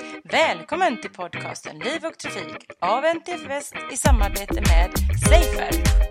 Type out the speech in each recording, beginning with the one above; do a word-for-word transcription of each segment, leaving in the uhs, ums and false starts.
Välkommen till podcasten Liv och Trafik av N T F Väst i samarbete med Safer.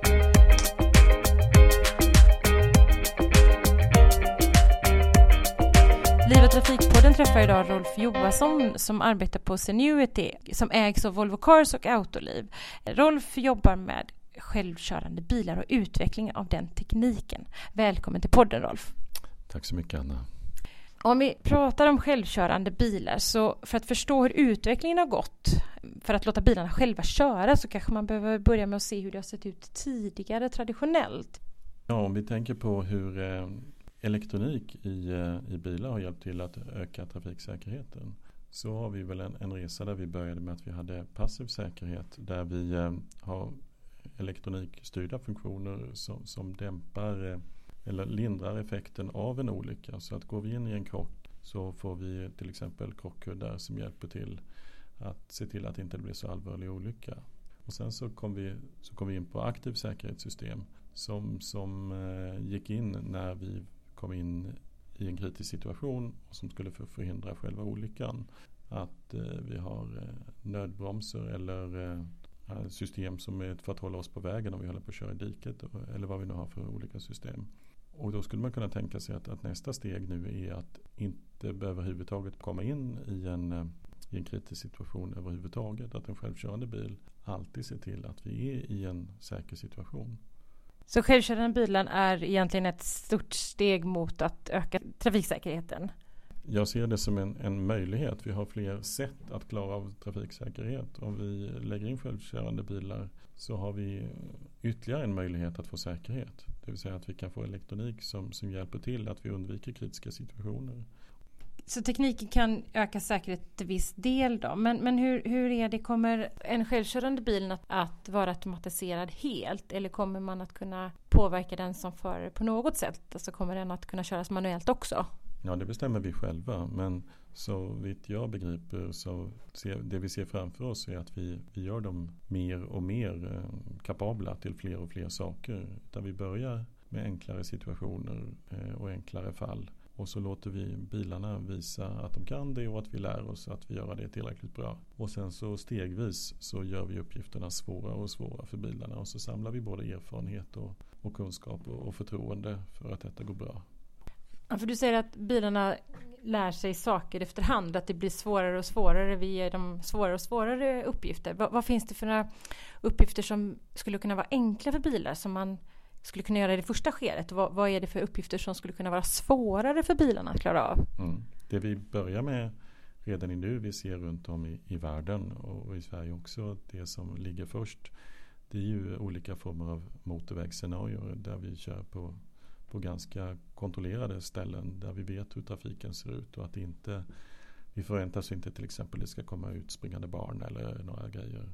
Liv och Trafikpodden träffar idag Rolf Johansson som arbetar på Zenuity som ägs av Volvo Cars och Autoliv. Rolf jobbar med självkörande bilar och utveckling av den tekniken. Välkommen till podden, Rolf. Tack så mycket, Anna. Om vi pratar om självkörande bilar, så för att förstå hur utvecklingen har gått för att låta bilarna själva köra, så kanske man behöver börja med att se hur det har sett ut tidigare traditionellt. Ja, om vi tänker på hur eh, elektronik i, eh, i bilar har hjälpt till att öka trafiksäkerheten, så har vi väl en, en resa där vi började med att vi hade passiv säkerhet, där vi eh, har elektronikstyrda funktioner som, som dämpar eh, eller lindrar effekten av en olycka. Så att går vi in i en krock så får vi till exempel krockkuddar som hjälper till att se till att det inte blir så allvarlig olycka. Och sen så kom vi, så kom vi in på aktiv säkerhetssystem som, som eh, gick in när vi kom in i en kritisk situation och som skulle för, förhindra själva olyckan. Att eh, vi har eh, nödbromser eller eh, system som är för att hålla oss på vägen om vi håller på att köra i diket eller vad vi nu har för olika system. Och då skulle man kunna tänka sig att, att nästa steg nu är att inte behöva överhuvudtaget komma in i en, i en kritisk situation överhuvudtaget. Att en självkörande bil alltid ser till att vi är i en säker situation. Så självkörande bilen är egentligen ett stort steg mot att öka trafiksäkerheten? Jag ser det som en, en möjlighet. Vi har fler sätt att klara av trafiksäkerhet. Om vi lägger in självkörande bilar så har vi ytterligare en möjlighet att få säkerhet. Det vill säga att vi kan få elektronik som, som hjälper till att vi undviker kritiska situationer. Så tekniken kan öka säkerhet till viss del då. Men, men hur, hur är det? Kommer en självkörande bil att, att vara automatiserad helt? Eller kommer man att kunna påverka den som förare på något sätt? Alltså kommer den att kunna köras manuellt också? Ja, det bestämmer vi själva. Men så vitt jag begriper så ser, det vi ser framför oss är att vi, vi gör dem mer och mer eh, kapabla till fler och fler saker. Där vi börjar med enklare situationer eh, och enklare fall. Och så låter vi bilarna visa att de kan det och att vi lär oss att vi gör det tillräckligt bra. Och sen så stegvis så gör vi uppgifterna svårare och svårare för bilarna. Och så samlar vi både erfarenhet och, och kunskap och, och förtroende för att detta går bra. Ja, för du säger att bilarna lär sig saker efterhand, att det blir svårare och svårare. Vi ger dem svårare och svårare uppgifter. Vad, vad finns det för några uppgifter som skulle kunna vara enkla för bilar som man skulle kunna göra i det första skedet? Vad, vad är det för uppgifter som skulle kunna vara svårare för bilarna att klara av? Mm. Det vi börjar med redan i nu, vi ser runt om i, i världen och i Sverige också, det som ligger först, det är ju olika former av motorvägsscenarier där vi kör på på ganska kontrollerade ställen där vi vet hur trafiken ser ut och att inte, vi förväntar oss inte till exempel det ska komma ut springande barn eller några grejer.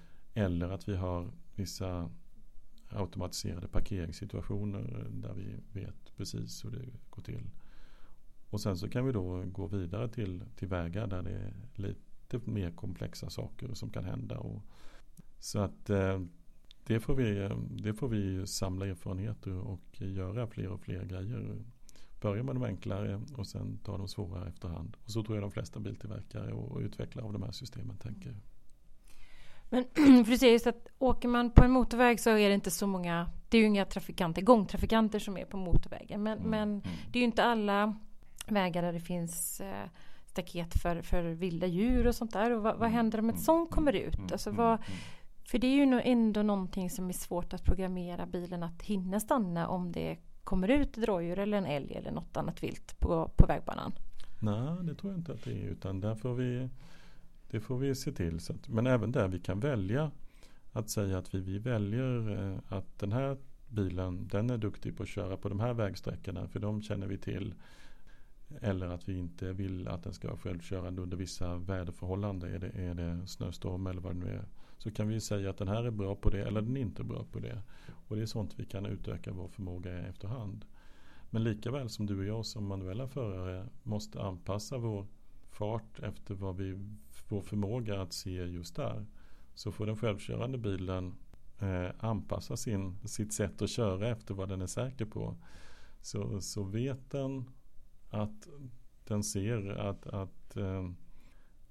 Eller att vi har vissa automatiserade parkeringssituationer där vi vet precis hur det går till. Och sen så kan vi då gå vidare till, till vägar där det är lite mer komplexa saker som kan hända. Och, så att eh, Det får, vi, det får vi samla erfarenheter och göra fler och fler grejer. Börja med de enklare och sen ta de svårare efterhand. Och så tror jag de flesta biltillverkare och utvecklare av de här systemen tänker. Men för du säger just att åker man på en motorväg så är det inte så många, det är ju inga trafikanter, gångtrafikanter som är på motorvägen. Men, mm. men det är ju inte alla vägar där det finns eh, staket för, för vilda djur och sånt där. Och vad, vad händer om ett sånt kommer ut? Alltså vad... För det är ju ändå någonting som är svårt att programmera bilen att hinna stanna om det kommer ut ett rådjur eller en älg eller något annat vilt på, på vägbanan. Nej, det tror jag inte att det är, utan där får vi, det får vi se till. Så att, men även där vi kan välja att säga att vi, vi väljer eh, att den här bilen, den är duktig på att köra på de här vägsträckorna för de känner vi till. Eller att vi inte vill att den ska vara självkörande under vissa väderförhållanden. Är det, är det snöstorm eller vad det nu är. Så kan vi säga att den här är bra på det eller den är inte bra på det. Och det är sånt vi kan utöka vår förmåga efterhand. Men lika väl som du och jag som manuella förare måste anpassa vår fart efter vad vi, vår förmåga att se just där. Så får den självkörande bilen eh, anpassa sin, sitt sätt att köra efter vad den är säker på. Så, så vet den att den ser att, att eh,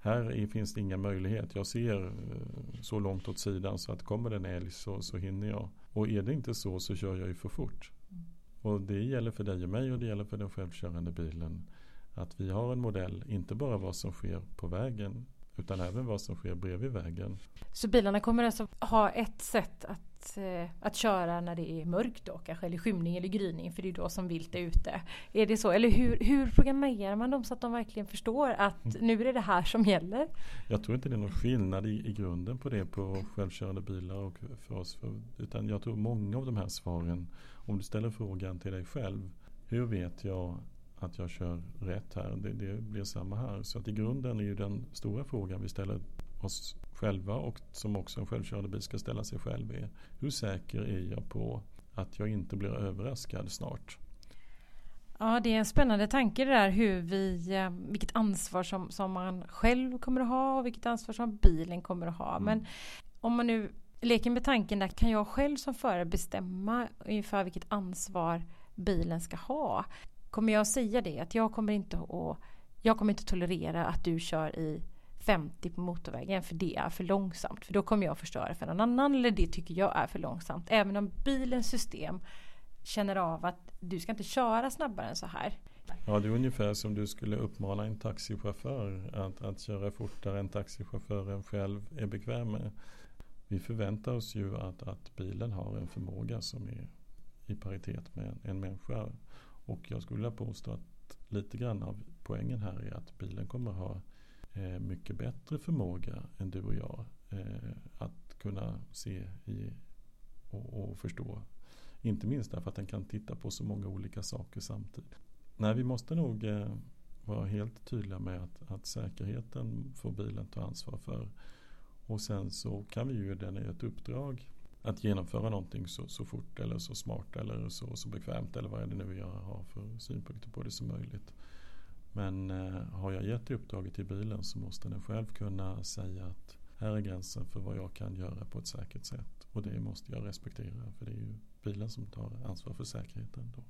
här är, finns det inga möjligheter. Jag ser eh, så långt åt sidan så att kommer det en älg så, så hinner jag. Och är det inte så så kör jag ju för fort. Mm. Och det gäller för dig och mig och det gäller för den självkörande bilen. Att vi har en modell, inte bara vad som sker på vägen utan även vad som sker bredvid vägen. Så bilarna kommer alltså ha ett sätt att, eh, att köra när det är mörkt då kanske, eller skymning eller gryning, för det är då som vilt är ute. Är det så? Eller hur, hur programmerar man dem så att de verkligen förstår att mm. nu är det det här som gäller? Jag tror inte det är någon skillnad i, i grunden på det på självkörande bilar och för oss. För, utan jag tror många av de här svaren, om du ställer frågan till dig själv, hur vet jag att jag kör rätt här? Det, det blir samma här. Så att i grunden är ju den stora frågan vi ställer oss själva och som också en självkörande bil ska ställa sig själv är: hur säker är jag på att jag inte blir överraskad snart? Ja, det är en spännande tanke det där, hur vi, vilket ansvar som, som man själv kommer att ha och vilket ansvar som bilen kommer att ha. Mm. Men om man nu leker med tanken där, kan jag själv som förare bestämma ungefär vilket ansvar bilen ska ha? Kommer jag säga det, att jag kommer inte att, jag kommer inte tolerera att du kör i femtio på motorvägen för det är för långsamt, för då kommer jag förstöra för någon annan, eller det tycker jag är för långsamt, även om bilens system känner av att du ska inte köra snabbare än så här. Ja, det är ungefär som du skulle uppmana en taxichaufför att, att köra fortare än taxichauffören själv är bekväm med. Vi förväntar oss ju att, att bilen har en förmåga som är i paritet med en människa. Och jag skulle vilja påstå att lite grann av poängen här är att bilen kommer ha eh, mycket bättre förmåga än du och jag eh, att kunna se i och, och förstå. Inte minst därför att den kan titta på så många olika saker samtidigt. Nej, vi måste nog eh, vara helt tydliga med att, att säkerheten får bilen ta ansvar för. Och sen så kan vi ju den i ett uppdrag att genomföra någonting så, så fort eller så smart eller så, så bekvämt eller vad är det nu jag har för synpunkter på det som möjligt. Men eh, har jag gett uppdraget till bilen så måste den själv kunna säga att här är gränsen för vad jag kan göra på ett säkert sätt. Och det måste jag respektera, för det är ju bilen som tar ansvar för säkerheten då.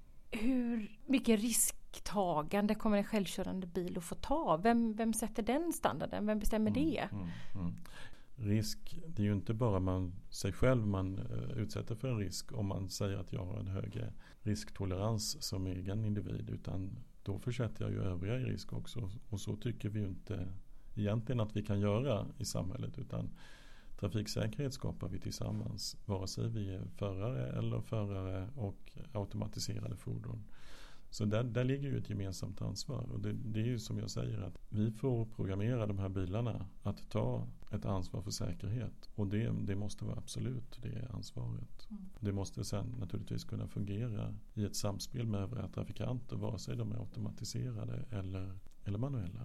Hur mycket risktagande kommer en självkörande bil att få ta? Vem, vem sätter den standarden? Vem bestämmer mm, det? Mm, mm. Risk, det är ju inte bara man, sig själv man uh, utsätter för en risk om man säger att jag har en högre risktolerans som egen individ, utan då försätter jag ju övriga i risk också. Och så tycker vi ju inte egentligen att vi kan göra i samhället, utan trafiksäkerhet skapar vi tillsammans, vare sig vi är förare eller förare och automatiserade fordon. Så där, där ligger ju ett gemensamt ansvar, och det, det är ju som jag säger att vi får programmera de här bilarna att ta ett ansvar för säkerhet, och det, det måste vara absolut det ansvaret. Mm. Det måste sen naturligtvis kunna fungera i ett samspel med övriga trafikanter, vare sig de är automatiserade eller, eller manuella.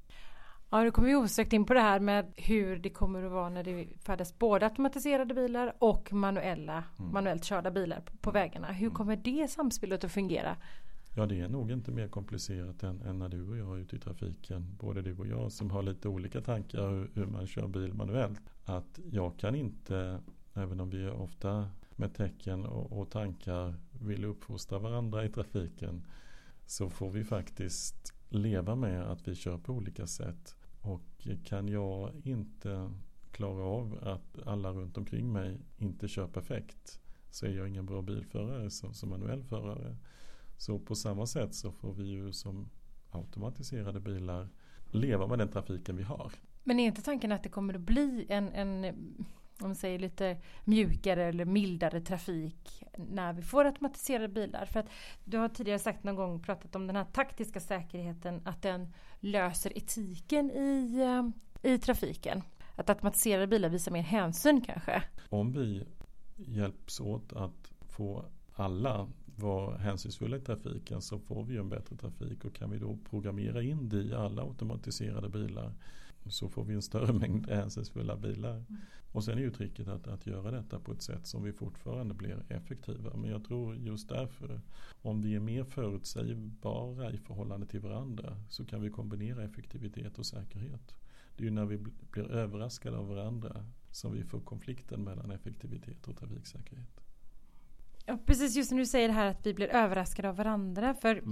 Ja, då kommer vi osökt in på det här med hur det kommer att vara när det färdas både automatiserade bilar och manuella, mm. manuellt körda bilar på, på vägarna. Hur kommer det samspelet att fungera? Ja, det är nog inte mer komplicerat än, än när du och jag är ute i trafiken. Både du och jag som har lite olika tankar hur, hur man kör bil manuellt. Att jag kan inte, även om vi ofta med tecken och, och tankar vill uppfostra varandra i trafiken, så får vi faktiskt leva med att vi kör på olika sätt. Och kan jag inte klara av att alla runt omkring mig inte kör perfekt, så är jag ingen bra bilförare som, som manuell förare. Så på samma sätt så får vi ju som automatiserade bilar leva med den trafiken vi har. Men är inte tanken att det kommer att bli en, en om man säger lite mjukare eller mildare trafik när vi får automatiserade bilar? För att du har tidigare sagt någon gång, pratat om den här taktiska säkerheten, att den löser etiken i, i trafiken. Att automatiserade bilar visar mer hänsyn kanske. Om vi hjälps åt att få alla vara hänsynsfulla i trafiken, så får vi en bättre trafik, och kan vi då programmera in det i alla automatiserade bilar, så får vi en större mängd hänsynsfulla bilar. Mm. Och sen är ju tricket att, att göra detta på ett sätt som vi fortfarande blir effektiva. Men jag tror just därför, om vi är mer förutsägbara i förhållande till varandra, så kan vi kombinera effektivitet och säkerhet. Det är ju när vi blir överraskade av varandra som vi får konflikten mellan effektivitet och trafiksäkerhet. Ja, precis, just när du säger det här att vi blir överraskade av varandra. För mm.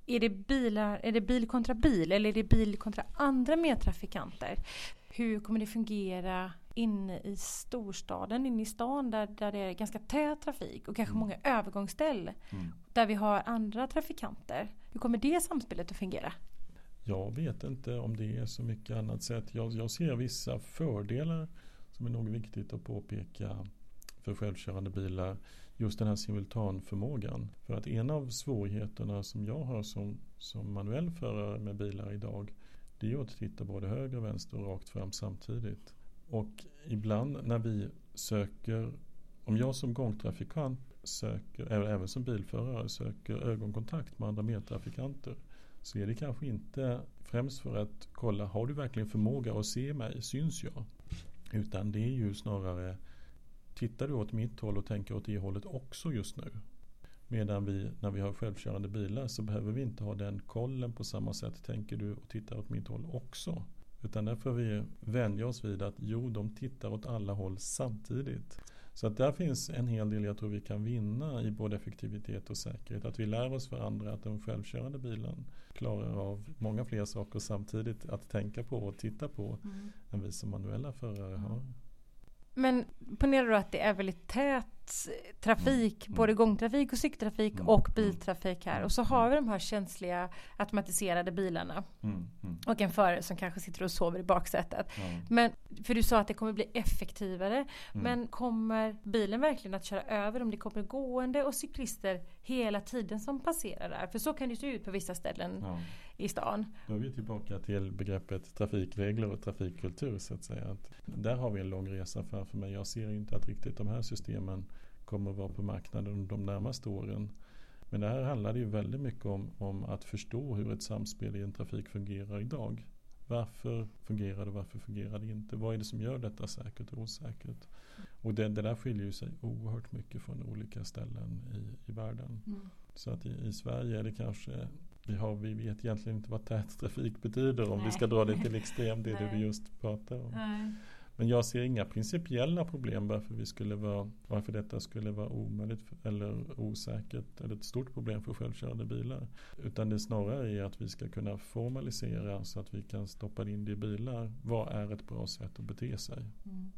är det bilar, är det bil kontra bil eller är det bil kontra andra medtrafikanter? Hur kommer det fungera inne i storstaden, inne i stan där, där det är ganska tät trafik och kanske mm. många övergångsställ mm. där vi har andra trafikanter? Hur kommer det samspelet att fungera? Jag vet inte om det är så mycket annat sätt. Jag, jag ser vissa fördelar som är nog viktigt att påpeka för självkörande bilar. Just den här simultanförmågan. För att en av svårigheterna som jag har som, som manuell förare med bilar idag, det är att titta både höger och vänster och rakt fram samtidigt. Och ibland när vi söker, om jag som gångtrafikant söker, eller även som bilförare söker ögonkontakt med andra medtrafikanter, så är det kanske inte främst för att kolla, har du verkligen förmåga att se mig, syns jag? Utan det är ju snarare, tittar du åt mitt håll och tänker åt det hållet också just nu? Medan vi, när vi har självkörande bilar, så behöver vi inte ha den kollen på samma sätt. Tänker du och tittar åt mitt håll också? Utan där får vi vänja oss vid att jo, de tittar åt alla håll samtidigt. Så att där finns en hel del jag tror vi kan vinna i både effektivitet och säkerhet. Att vi lär oss varandra att den självkörande bilen klarar av många fler saker samtidigt att tänka på och titta på mm. än vi som manuella förare har. Men ponera då att det är väldigt tät trafik, mm. både gångtrafik och cykeltrafik mm. och biltrafik här. Och så har vi de här känsliga automatiserade bilarna. Mm. Mm. Och en förare som kanske sitter och sover i baksätet. Mm. Men, för du sa att det kommer bli effektivare. Mm. Men kommer bilen verkligen att köra över om det kommer gående och cyklister hela tiden som passerar där? För så kan det se ut på vissa ställen ja. i stan. Då är vi tillbaka till begreppet trafikregler och trafikkultur så att säga. Att där har vi en lång resa framför mig. Jag ser inte att riktigt de här systemen kommer att vara på marknaden de närmaste åren. Men det här handlar ju väldigt mycket om, om att förstå hur ett samspel i en trafik fungerar idag. Varför fungerar det och varför fungerar det inte? Vad är det som gör detta säkert och osäkert? Och det, det där skiljer ju sig oerhört mycket från olika ställen i, i världen. Mm. Så att i, i Sverige är det kanske, vi, har, vi vet egentligen inte vad tät trafik betyder om Nej. vi ska dra det till extrem, det du just pratar om. Nej. Men jag ser inga principiella problem varför, vi skulle vara, varför detta skulle vara omöjligt eller osäkert eller ett stort problem för självkörande bilar. Utan det snarare är att vi ska kunna formalisera så att vi kan stoppa in det i bilar. Vad är ett bra sätt att bete sig? Mm.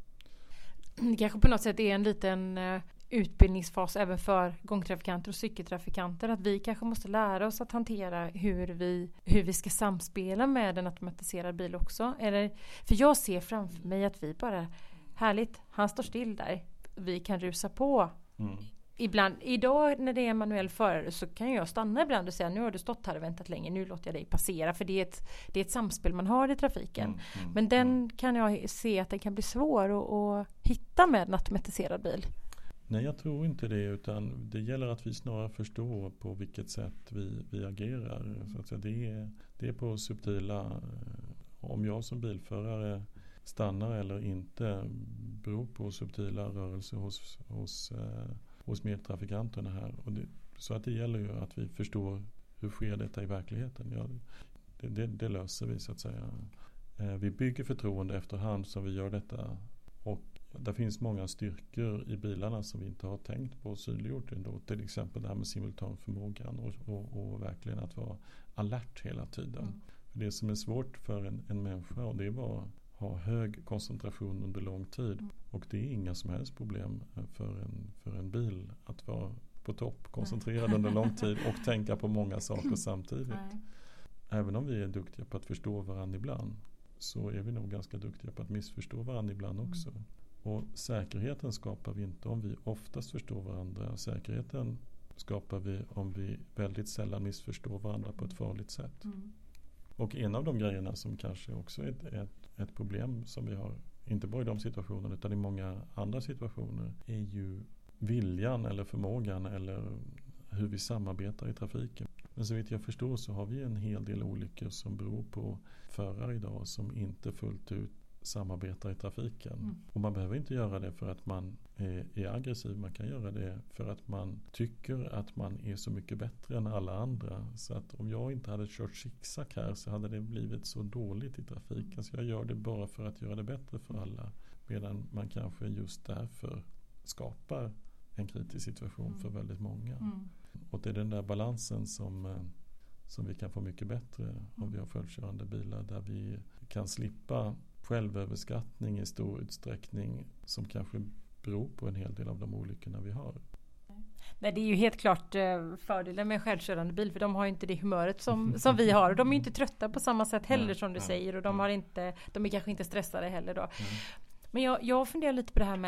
Det kanske på något sätt är en liten uh, utbildningsfas även för gångtrafikanter och cykeltrafikanter. Att vi kanske måste lära oss att hantera hur vi, hur vi ska samspela med en automatiserad bil också. Eller, för jag ser framför mig att vi bara, härligt, han står still där. Vi kan rusa på. Mm. Ibland, idag när det är manuell förare så kan jag stanna ibland och säga nu har du stått här och väntat länge, nu låter jag dig passera. För det är ett, det är ett samspel man har i trafiken. Mm, mm, Men den mm. kan jag se att den kan bli svår att, att hitta med en automatiserad bil. Nej, jag tror inte det, utan det gäller att vi snarare förstår på vilket sätt vi, vi agerar. Så att säga, det, är, det är på subtila, om jag som bilförare stannar eller inte beror på subtila rörelser hos, hos, eh, hos medtrafikanterna här. Och det, så att det gäller ju att vi förstår hur sker detta i verkligheten. Ja, det, det, det löser vi så att säga. Eh, vi bygger förtroende efterhand som vi gör detta. Och det finns många styrkor i bilarna som vi inte har tänkt på och synliggjort ändå. Till exempel det här med simultanförmågan och, och, och verkligen att vara alert hela tiden. Mm. För det som är svårt för en, en människa och det var att ha hög koncentration under lång tid. Mm. Och det är inga som helst problem för en, för en bil att vara på topp, koncentrerad under lång tid och tänka på många saker samtidigt. Nej. Även om vi är duktiga på att förstå varandra ibland så är vi nog ganska duktiga på att missförstå varandra ibland också. Mm. Och säkerheten skapar vi inte om vi oftast förstår varandra. Säkerheten skapar vi om vi väldigt sällan missförstår varandra på ett farligt sätt. Mm. Och en av de grejerna som kanske också är ett, ett, ett problem som vi har, inte bara i de situationerna utan i många andra situationer, är ju viljan eller förmågan eller hur vi samarbetar i trafiken. Men så vitt jag förstår så har vi en hel del olyckor som beror på förare idag som inte fullt ut samarbetar i trafiken. Mm. Och man behöver inte göra det för att man är, är aggressiv. Man kan göra det för att man tycker att man är så mycket bättre än alla andra. Så att om jag inte hade kört zigzag här så hade det blivit så dåligt i trafiken. Så jag gör det bara för att göra det bättre för alla. Medan man kanske just därför skapar en kritisk situation mm. för väldigt många. Mm. Och det är den där balansen som, som vi kan få mycket bättre om vi har självkörande bilar, där vi kan slippa självöverskattning i stor utsträckning som kanske beror på en hel del av de olyckorna vi har. Nej, det är ju helt klart fördelen med en självkörande bil, för de har ju inte det humöret som, som vi har. Och de är inte trötta på samma sätt heller som du säger, och de, har inte, de är kanske inte stressade heller då. Mm. Men jag, jag funderar lite på det här med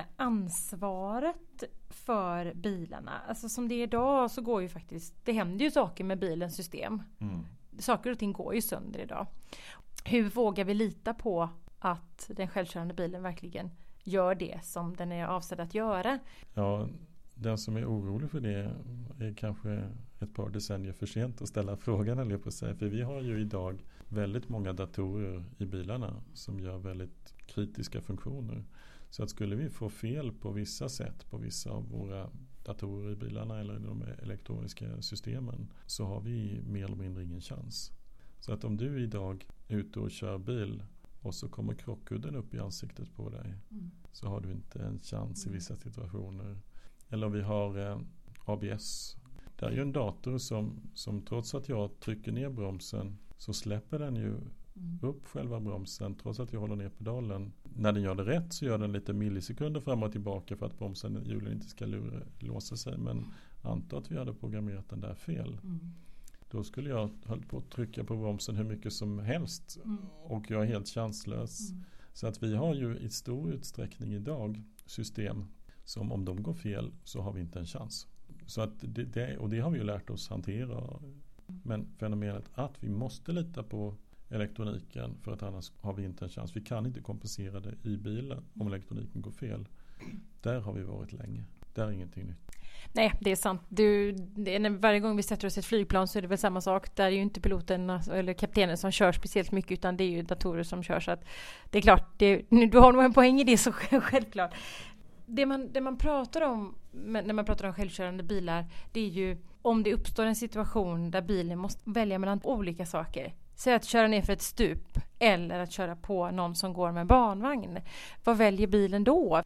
ansvaret för bilarna. Alltså som det är idag så går ju faktiskt, det händer ju saker med bilens system. Mm. Saker och ting går ju sönder idag. Hur vågar vi lita på att den självkörande bilen verkligen gör det som den är avsedd att göra? Ja, den som är orolig för det är kanske ett par decennier för sent att ställa frågan, eller på sig. För vi har ju idag väldigt många datorer i bilarna som gör väldigt kritiska funktioner. Så att skulle vi få fel på vissa sätt på vissa av våra datorer i bilarna eller de elektroniska systemen, så har vi mer eller mindre ingen chans. Så att om du idag är ute och kör bil och så kommer krockkudden upp i ansiktet på dig, mm. så har du inte en chans mm. i vissa situationer. Eller vi har eh, A B S. Det är ju en dator som, som trots att jag trycker ner bromsen så släpper den ju mm. upp själva bromsen trots att jag håller ner pedalen. När den gör det rätt så gör den lite millisekunder fram och tillbaka för att bromsen, hjulen inte ska lura, låsa sig. Men anta att vi hade programmerat den där fel. Mm. Då skulle jag hålla på att trycka på bromsen hur mycket som helst mm. och jag är helt chanslös. Mm. Så att vi har ju i stor utsträckning idag system som om de går fel så har vi inte en chans. Så att det, det, och det har vi ju lärt oss hantera. Men fenomenet att vi måste lita på elektroniken för att annars har vi inte en chans. Vi kan inte kompensera det i bilen om elektroniken går fel. Där har vi varit länge. Där är ingenting nytt. Nej, det är sant. Du, det är, varje gång vi sätter oss i ett flygplan så är det väl samma sak. Där är ju inte piloten eller kaptenen som kör speciellt mycket, utan det är ju datorer som kör. Så att det är klart, det, du har nog en poäng i det, så självklart. Det man, det man pratar om när man pratar om självkörande bilar, det är ju om det uppstår en situation där bilen måste välja mellan olika saker. Säg att köra ner för ett stup eller att köra på någon som går med barnvagn. Vad väljer bilen då?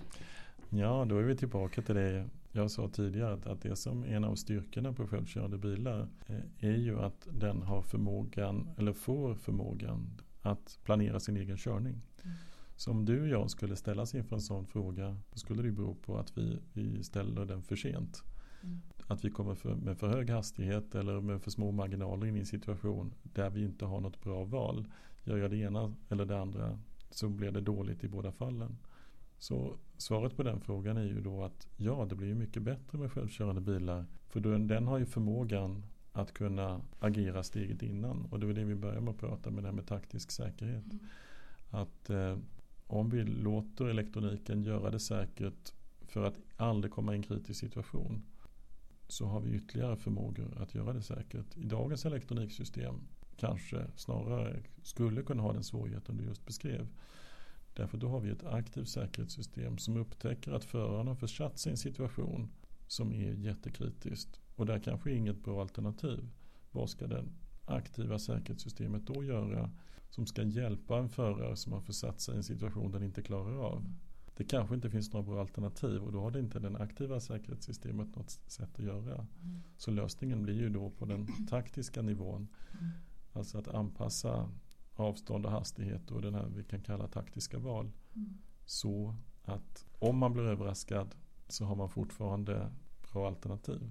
Ja, då är vi tillbaka till det jag sa tidigare, att det som är en av styrkorna på självkörande bilar är ju att den har förmågan, eller får förmågan att planera sin egen körning. Mm. Så om du och jag skulle ställas inför en sån fråga, då skulle det bero på att vi, vi ställer den för sent. Mm. Att vi kommer för, med för hög hastighet eller med för små marginaler in i en situation där vi inte har något bra val. Gör jag det ena eller det andra så blir det dåligt i båda fallen. Så svaret på den frågan är ju då att ja, det blir ju mycket bättre med självkörande bilar. För den, den har ju förmågan att kunna agera steget innan. Och det är det vi börjar med att prata med, det här med taktisk säkerhet. Mm. Att eh, om vi låter elektroniken göra det säkert för att aldrig komma i en kritisk situation, så har vi ytterligare förmågor att göra det säkert. I dagens elektroniksystem kanske snarare skulle kunna ha den svårigheten du just beskrev. Därför då har vi ett aktivt säkerhetssystem som upptäcker att föraren har försatt sig i en situation som är jättekritiskt. Och där kanske är inget bra alternativ. Vad ska det aktiva säkerhetssystemet då göra som ska hjälpa en förare som har försatt sig i en situation den inte klarar av? Det kanske inte finns några bra alternativ och då har det inte den aktiva säkerhetssystemet något sätt att göra. Mm. Så lösningen blir ju då på den taktiska nivån. Mm. Alltså att anpassa avstånd och hastighet och den här vi kan kalla taktiska val. Mm. Så att om man blir överraskad så har man fortfarande bra alternativ.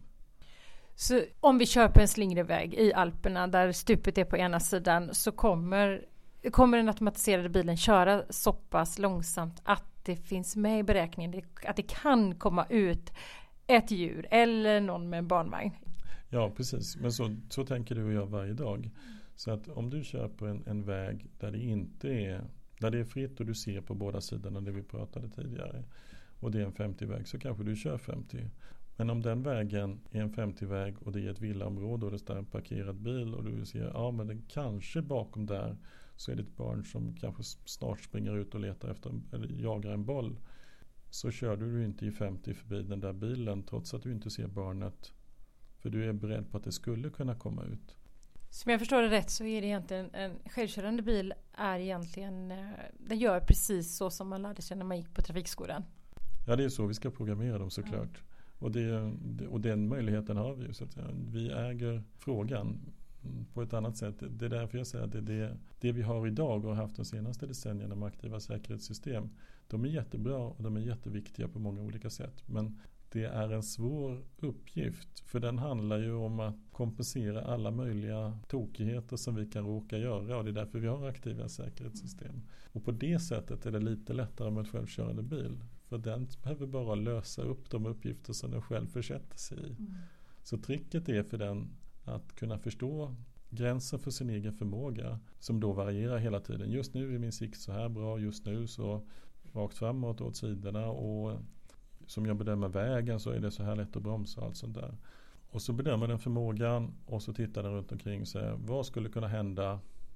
Så om vi kör på en slingrig väg i Alperna där stupet är på ena sidan, så kommer, kommer den automatiserade bilen köra så pass långsamt att det finns med i beräkningen att det kan komma ut ett djur eller någon med en barnvagn. Ja, precis. Men så, så tänker du och jag varje dag. Så att om du kör på en, en väg där det inte är, där det är fritt och du ser på båda sidorna det vi pratade tidigare, och det är en femtio-väg, så kanske du kör femtio. Men om den vägen är en femtio-väg och det är ett villaområde och det står en parkerad bil och du ser, ja men den kanske bakom där så är det ett barn som kanske snart springer ut och letar efter eller jagar en boll, så kör du inte i femtio förbi den där bilen trots att du inte ser barnet, för du är beredd på att det skulle kunna komma ut. Som jag förstår det rätt så är det egentligen en självkörande bil är egentligen, den gör precis så som man lärde sig när man gick på trafikskolan. Ja, det är så vi ska programmera dem såklart. Ja. Och, det, och den möjligheten har vi ju. Så att vi äger frågan. på ett annat sätt. Det är därför jag säger att det, det, det vi har idag och har haft de senaste decennierna med aktiva säkerhetssystem, de är jättebra och de är jätteviktiga på många olika sätt. Men det är en svår uppgift, för den handlar ju om att kompensera alla möjliga tokigheter som vi kan råka göra, och det är därför vi har aktiva säkerhetssystem. Och på det sättet är det lite lättare med en självkörande bil, för den behöver bara lösa upp de uppgifter som den själv försätter sig i. Mm. Så tricket är för den att kunna förstå gränsen för sin egen förmåga, som då varierar hela tiden. Just nu är min sikt så här bra, just nu så rakt framåt åt sidorna, och som jag bedömer vägen så är det så här lätt att bromsa och allt sånt där. Och så bedömer den förmågan och så tittar den runt omkring och säger vad skulle kunna hända,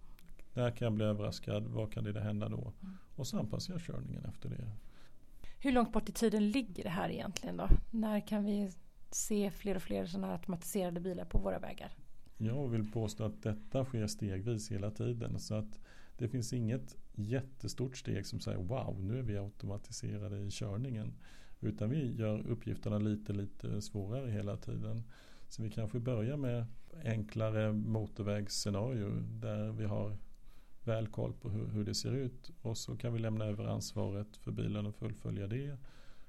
när kan jag bli överraskad, vad kan det hända då? Mm. Och så anpassar jag körningen efter det. Hur långt bort i tiden ligger det här egentligen då? När kan vi se fler och fler sådana här automatiserade bilar på våra vägar? Jag vill påstå att detta sker stegvis hela tiden, så att det finns inget jättestort steg som säger wow, nu är vi automatiserade i körningen. Utan vi gör uppgifterna lite, lite svårare hela tiden. Så vi kanske börjar med enklare motorvägsscenarier där vi har väl koll på hur, hur det ser ut. Och så kan vi lämna över ansvaret för bilen och fullfölja det.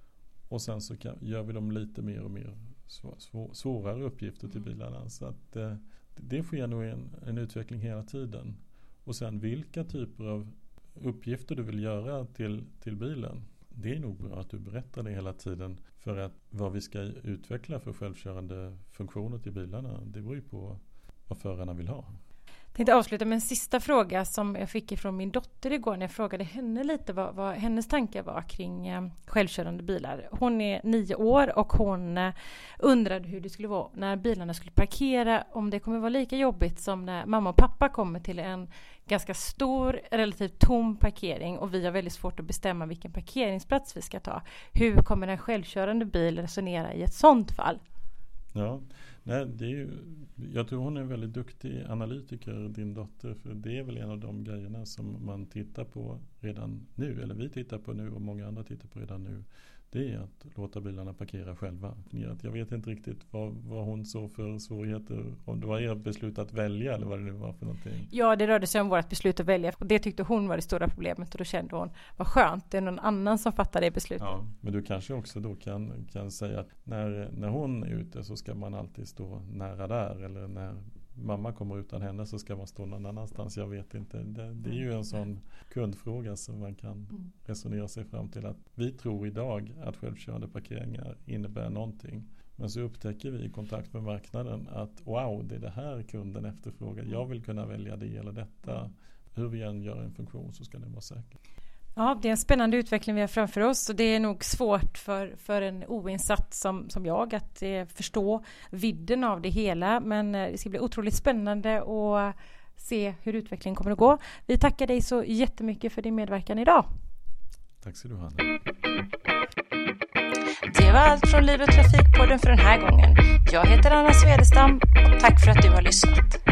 Och sen så kan, gör vi dem lite mer och mer svår, svår, svårare uppgifter till bilarna. Så att eh, det sker nog en, en utveckling hela tiden. Och sen vilka typer av uppgifter du vill göra till, till bilen. Det är nog bra att du berättar det hela tiden, för att vad vi ska utveckla för självkörande funktioner till bilarna, det beror ju på vad förarna vill ha. Jag tänkte avsluta med en sista fråga som jag fick ifrån min dotter igår när jag frågade henne lite vad, vad hennes tankar var kring eh, självkörande bilar. Hon är nio år och hon eh, undrade hur det skulle vara när bilarna skulle parkera, om det kommer vara lika jobbigt som när mamma och pappa kommer till en ganska stor, relativt tom parkering och vi har väldigt svårt att bestämma vilken parkeringsplats vi ska ta. Hur kommer en självkörande bil resonera i ett sånt fall? Ja, nej, det är ju, jag tror hon är en väldigt duktig analytiker, din dotter, för det är väl en av de grejerna som man tittar på redan nu, eller vi tittar på nu och många andra tittar på redan nu. Det är att låta bilarna parkera själva. Jag vet inte riktigt vad, vad hon såg för svårigheter, om det var ert beslut att välja eller vad det nu var för någonting. Ja, det rörde sig om vårt beslut att välja, och det tyckte hon var det stora problemet, och då kände hon, vad skönt, det är någon annan som fattar det beslutet. Ja, men du kanske också då kan, kan säga att när, när hon är ute så ska man alltid stå nära där, eller när mamma kommer utan henne så ska man stå någon annanstans. Jag vet inte. Det, det är ju en sån kundfråga som man kan resonera sig fram till, att vi tror idag att självkörande parkeringar innebär någonting. Men så upptäcker vi i kontakt med marknaden att wow, det är det här kunden efterfrågar. Jag vill kunna välja det eller detta. Hur vi än gör en funktion så ska den vara säker. Ja, det är en spännande utveckling vi har framför oss, och det är nog svårt för, för en oinsatt som, som jag att eh, förstå vidden av det hela, men eh, det ska bli otroligt spännande att se hur utvecklingen kommer att gå. Vi tackar dig så jättemycket för din medverkan idag. Tack så du ha. Det var allt från Liv och Trafikpodden för den här gången. Jag heter Anna Svedestam och tack för att du har lyssnat.